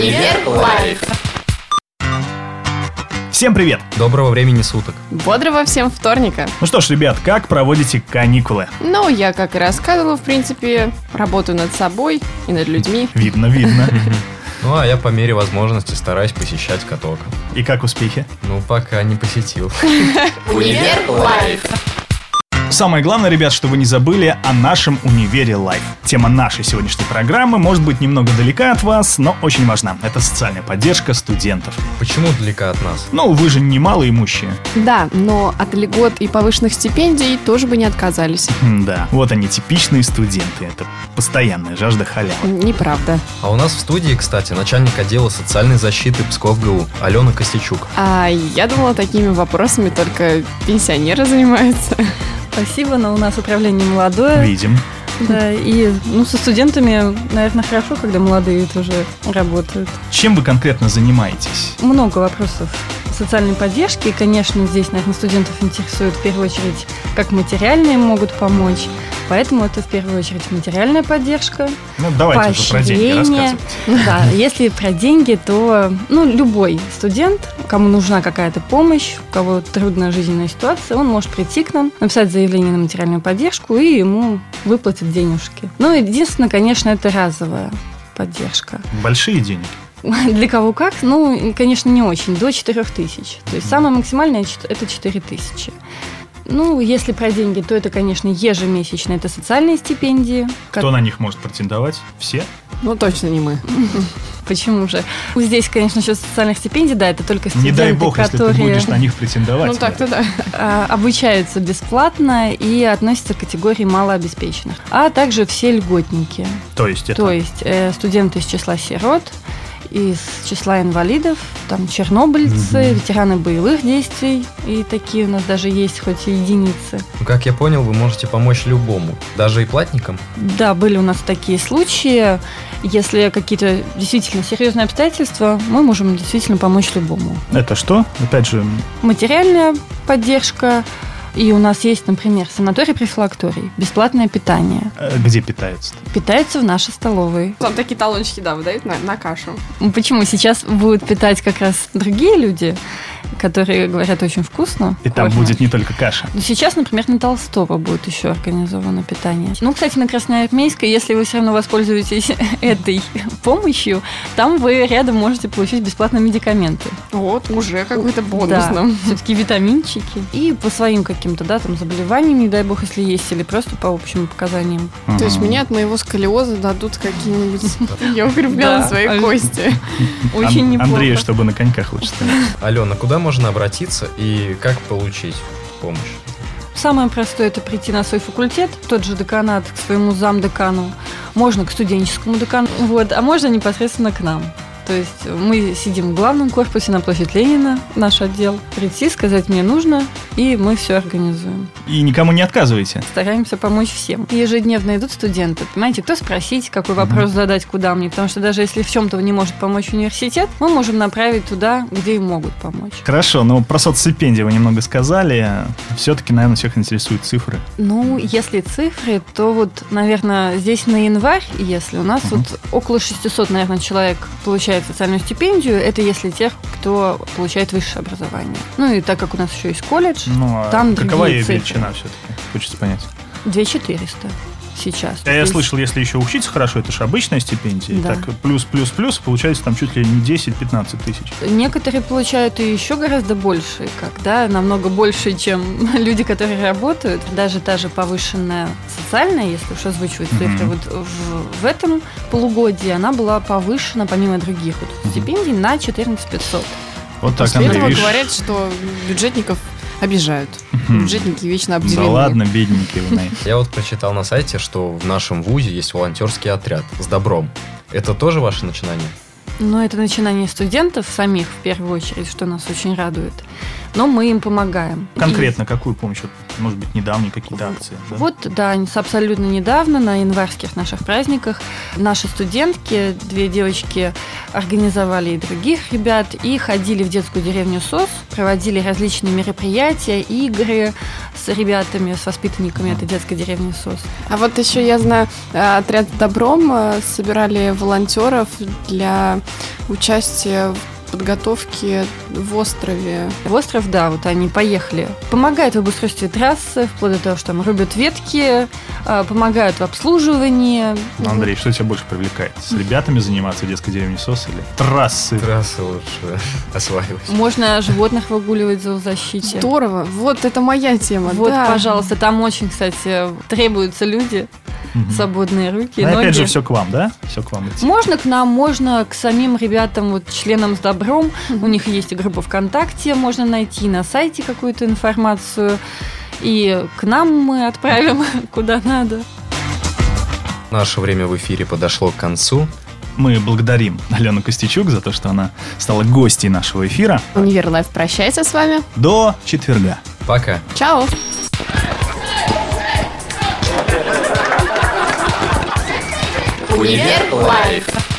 Универ Лайф. Всем привет! Доброго времени суток. Бодрого всем вторника. Ну что ж, ребят, как проводите каникулы? Ну, я, как и рассказывала, в принципе, работаю над собой и над людьми. Видно. Ну, а я по мере возможности стараюсь посещать каток. И как успехи? Ну, пока не посетил. Универ Лайф. Самое главное, ребят, что вы не забыли о нашем Универе Лайф. Тема нашей сегодняшней программы может быть немного далека от вас, но очень важна. Это социальная поддержка студентов. Почему далека от нас? Ну, вы же не малоимущие. Да, но от льгот и повышенных стипендий тоже бы не отказались. Да, вот они, типичные студенты. Это постоянная жажда халявы. Неправда. А у нас в студии, кстати, начальник отдела социальной защиты Псков ГУ Алена Костячук. А я думала, такими вопросами только пенсионеры занимаются. Спасибо, но у нас управление молодое. Видим. Да, и со студентами, наверное, хорошо, когда молодые тоже работают. Чем вы конкретно занимаетесь? Много вопросов социальной поддержки. И, конечно, здесь, наверное, студентов интересует в первую очередь, как материальные могут помочь. Поэтому это в первую очередь материальная поддержка. Ну, давайте уже про деньги рассказывайте. Да, если про деньги, то любой студент, кому нужна какая-то помощь, у кого трудная жизненная ситуация, он может прийти к нам, написать заявление на материальную поддержку, и ему выплатят денежки. Ну, единственное, конечно, это разовая поддержка. Большие деньги? Для кого как? Ну, конечно, не очень. До 4000. То есть самое максимальное – это 4000. Ну, если про деньги, то это, конечно, ежемесячно. Это социальные стипендии. Кто на них может претендовать? Все? Ну, точно не мы. Почему же? Здесь, конечно, насчет социальных стипендий, да, это только студенты, не дай бог, которые если ты будешь на них претендовать. Ну, так-то да. Обучаются бесплатно и относятся к категории малообеспеченных. А также все льготники. То есть это? То есть студенты из числа сирот, из числа инвалидов, там чернобыльцы, ветераны боевых действий, и такие у нас даже есть, хоть и единицы. Ну, как я понял, вы можете помочь любому, даже и платникам? Да, были у нас такие случаи. Если какие-то действительно серьезные обстоятельства, мы можем действительно помочь любому. Это что? Опять же... Материальная поддержка. И у нас есть, например, санаторий-профилакторий, бесплатное питание. Где питаются? Питаются в нашей столовой. Там такие талончики, да, выдают на кашу. Почему? Сейчас будут питать как раз другие люди, которые говорят очень вкусно. И там будет не только каша. Сейчас, например, на Толстого будет еще организовано питание. Ну, кстати, на Красноармейской, если вы все равно воспользуетесь этой помощью, там вы рядом можете получить бесплатно медикаменты. Вот, уже какой-то бонус Да, нам. все-таки витаминчики. И по своим каким-то, заболеваниям, не дай бог, если есть, или просто по общим показаниям. То есть мне от моего сколиоза дадут какие-нибудь... Я укрепляла свои кости. Очень неплохо. Андрею, чтобы на коньках лучше ставить. Алена, куда можно обратиться и как получить помощь? Самое простое – это прийти на свой факультет, тот же деканат, к своему замдекану. Можно к студенческому декану, а можно непосредственно к нам. То есть мы сидим в главном корпусе на площадь Ленина, наш отдел. Прийти, сказать «мне нужно», и мы все организуем. И никому не отказываете? Стараемся помочь всем. Ежедневно идут студенты. Понимаете, кто спросить, какой вопрос задать, куда мне. Потому что даже если в чем-то не может помочь университет, мы можем направить туда, где им могут помочь. Хорошо, но про соцстипендии вы немного сказали. Все-таки, наверное, всех интересуют цифры. Ну, если цифры, то наверное, здесь на январь, если у нас около 600, наверное, человек получает социальную стипендию, это если тех, кто получает высшее образование. Ну и так как у нас еще есть колледж, там какова другие ее цифры. величина все-таки? Хочется понять. 2400 сейчас. Я слышал, если еще учиться хорошо, это же обычная стипендия. Да. Так, плюс, получается там чуть ли не 10-15 тысяч. Некоторые получают и еще гораздо больше, намного больше, чем люди, которые работают. Даже та же повышенная социальная, если уж озвучивать цифры, в этом полугодии она была повышена, помимо других стипендий, на 14 500. Вот так, После Андрей, этого видишь? говорят, что бюджетников обижают. Бюджетники вечно обделены. Да ладно, бедненькие вы, Най. Я прочитал на сайте, что в нашем вузе есть волонтерский отряд с добром. Это тоже ваше начинание? Но это начинание студентов самих, в первую очередь, что нас очень радует. Но мы им помогаем. Конкретно какую помощь? Может быть, недавние какие-то акции? Да? Абсолютно недавно, на январских наших праздниках, наши студентки, 2 девочки, организовали и других ребят, и ходили в детскую деревню СОС, проводили различные мероприятия, игры, с ребятами, с воспитанниками этой детской деревни СОС. А вот еще я знаю, отряд «Добром» собирали волонтеров для участия в подготовке в острове. В остров, да, вот они поехали. Помогают в обустройстве трассы, вплоть до того, что там рубят ветки, помогают в обслуживании. Андрей, что тебя больше привлекает? С ребятами заниматься в детской деревне СОС или трассы? Трассы лучше осваивать. Можно животных выгуливать в зоозащите. Здорово, вот это моя тема. Вот, да. пожалуйста, там очень, кстати, требуются люди, свободные руки, Но ноги. опять же, все к вам, да? Все к вам идти. Можно к нам, можно к самим ребятам, вот членам с добром. У них есть и группа ВКонтакте, можно найти на сайте какую-то информацию. И к нам мы отправим куда надо. Наше время в эфире подошло к концу. Мы благодарим Алену Костячук за то, что она стала гостьей нашего эфира. Универ Лайф прощается с вами. До четверга. Пока. Чао. Универ Лайф.